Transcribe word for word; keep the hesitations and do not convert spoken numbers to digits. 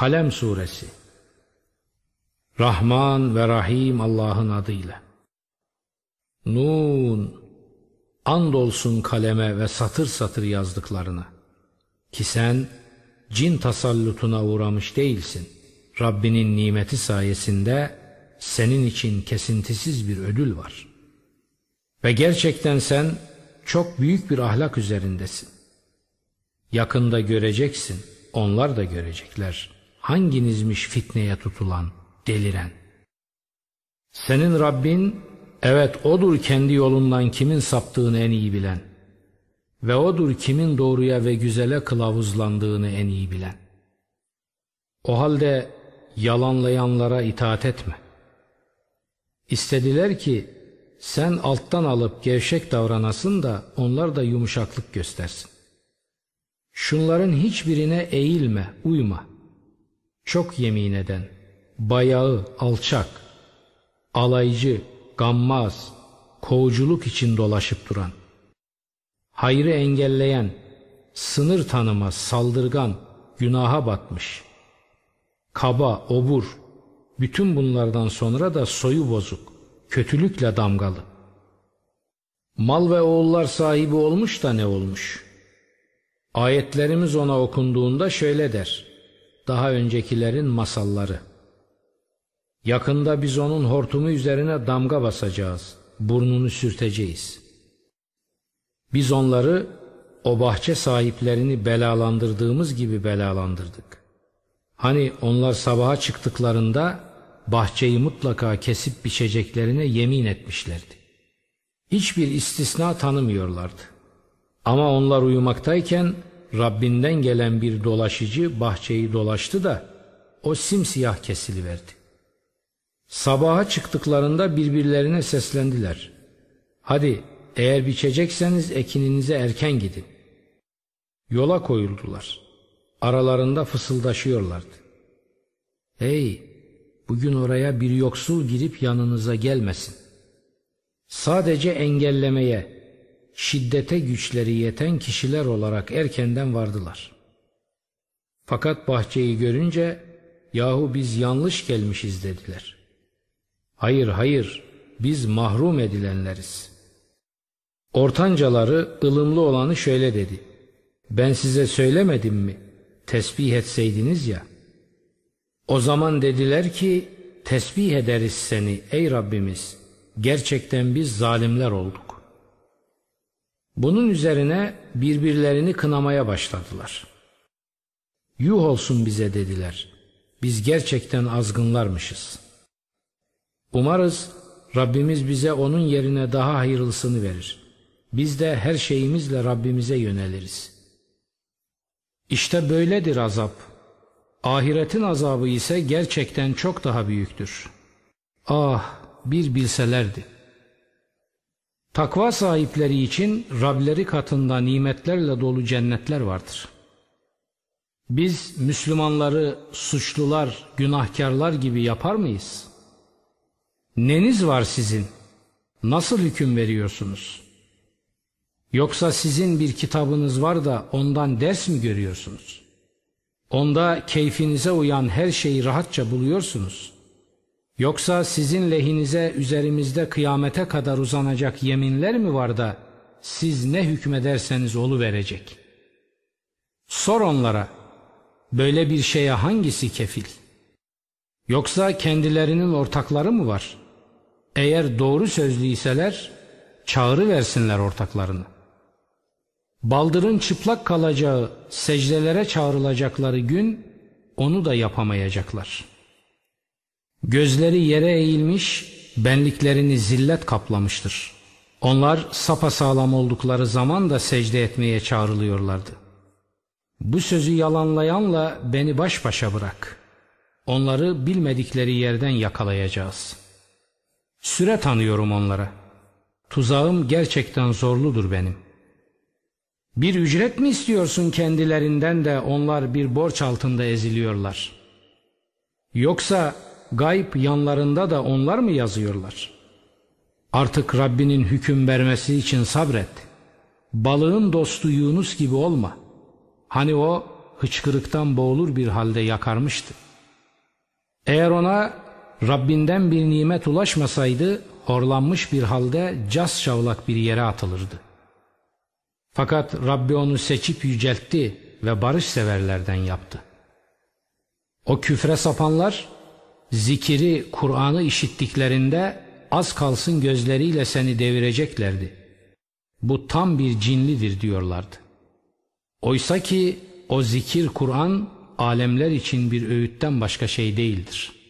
Kalem Suresi. Rahman ve Rahim Allah'ın adıyla. Nun. Andolsun kaleme ve satır satır yazdıklarına. Ki sen cin tasallutuna uğramış değilsin. Rabbinin nimeti sayesinde senin için kesintisiz bir ödül var. Ve gerçekten sen çok büyük bir ahlak üzerindesin. Yakında göreceksin, onlar da görecekler. Hanginizmiş fitneye tutulan, deliren? Senin Rabbin, evet odur kendi yolundan kimin saptığını en iyi bilen. Ve odur kimin doğruya ve güzele kılavuzlandığını en iyi bilen. O halde yalanlayanlara itaat etme. İstediler ki sen alttan alıp gevşek davranasın da onlar da yumuşaklık göstersin. Şunların hiçbirine eğilme, uyma. Çok yemin eden, bayağı, alçak, alaycı, gammaz, kovuculuk için dolaşıp duran, hayrı engelleyen, sınır tanımaz, saldırgan, günaha batmış, kaba, obur, bütün bunlardan sonra da soyu bozuk, kötülükle damgalı. Mal ve oğullar sahibi olmuş da ne olmuş? Ayetlerimiz ona okunduğunda şöyle der: daha öncekilerin masalları. Yakında biz onun hortumu üzerine damga basacağız, burnunu sürteceğiz. Biz onları, o bahçe sahiplerini belalandırdığımız gibi belalandırdık. Hani onlar sabaha çıktıklarında bahçeyi mutlaka kesip biçeceklerine yemin etmişlerdi. Hiçbir istisna tanımıyorlardı. Ama onlar uyumaktayken Rabbinden gelen bir dolaşıcı bahçeyi dolaştı da o simsiyah kesiliverdi. Sabaha çıktıklarında birbirlerine seslendiler: hadi eğer biçecekseniz ekininize erken gidin. Yola koyuldular. Aralarında fısıldaşıyorlardı. Hey, bugün oraya bir yoksul girip yanınıza gelmesin. Sadece engellemeye, şiddete güçleri yeten kişiler olarak erkenden vardılar. Fakat bahçeyi görünce yahu biz yanlış gelmişiz dediler. Hayır hayır, biz mahrum edilenleriz. Ortancaları, ılımlı olanı şöyle dedi: ben size söylemedim mi, tesbih etseydiniz ya. O zaman dediler ki tesbih ederiz seni ey Rabbimiz, gerçekten biz zalimler olduk. Bunun üzerine birbirlerini kınamaya başladılar. Yuh olsun bize dediler, biz gerçekten azgınlarmışız. Umarız Rabbimiz bize onun yerine daha hayırlısını verir. Biz de her şeyimizle Rabbimize yöneliriz. İşte böyledir azap. Ahiretin azabı ise gerçekten çok daha büyüktür. Ah, bir bilselerdi. Takva sahipleri için Rableri katında nimetlerle dolu cennetler vardır. Biz Müslümanları suçlular, günahkarlar gibi yapar mıyız? Neniz var sizin? Nasıl hüküm veriyorsunuz? Yoksa sizin bir kitabınız var da ondan ders mi görüyorsunuz? Onda keyfinize uyan her şeyi rahatça buluyorsunuz. Yoksa sizin lehinize üzerimizde kıyamete kadar uzanacak yeminler mi var da siz ne hükmederseniz oluverecek? Sor onlara, böyle bir şeye hangisi kefil? Yoksa kendilerinin ortakları mı var? Eğer doğru sözlüyseler çağırıversinler ortaklarını. Baldırın çıplak kalacağı, secdelere çağrılacakları gün onu da yapamayacaklar. Gözleri yere eğilmiş, benliklerini zillet kaplamıştır. Onlar sapasağlam oldukları zaman da secde etmeye çağrılıyorlardı. Bu sözü yalanlayanla beni baş başa bırak. Onları bilmedikleri yerden yakalayacağız. Süre tanıyorum onlara. Tuzağım gerçekten zorludur benim. Bir ücret mi istiyorsun kendilerinden de onlar bir borç altında eziliyorlar? Yoksa gayb yanlarında da onlar mı yazıyorlar? Artık Rabbinin hüküm vermesi için sabret. Balığın dostu Yunus gibi olma. Hani o hıçkırıktan boğulur bir halde yakarmıştı. Eğer ona Rabbinden bir nimet ulaşmasaydı horlanmış bir halde cas şavlak bir yere atılırdı. Fakat Rabbi onu seçip yüceltti ve barışseverlerden yaptı. O küfre sapanlar zikiri, Kur'an'ı işittiklerinde az kalsın gözleriyle seni devireceklerdi. Bu tam bir cinlidir diyorlardı. Oysa ki o zikir, Kur'an alemler için bir öğütten başka şey değildir.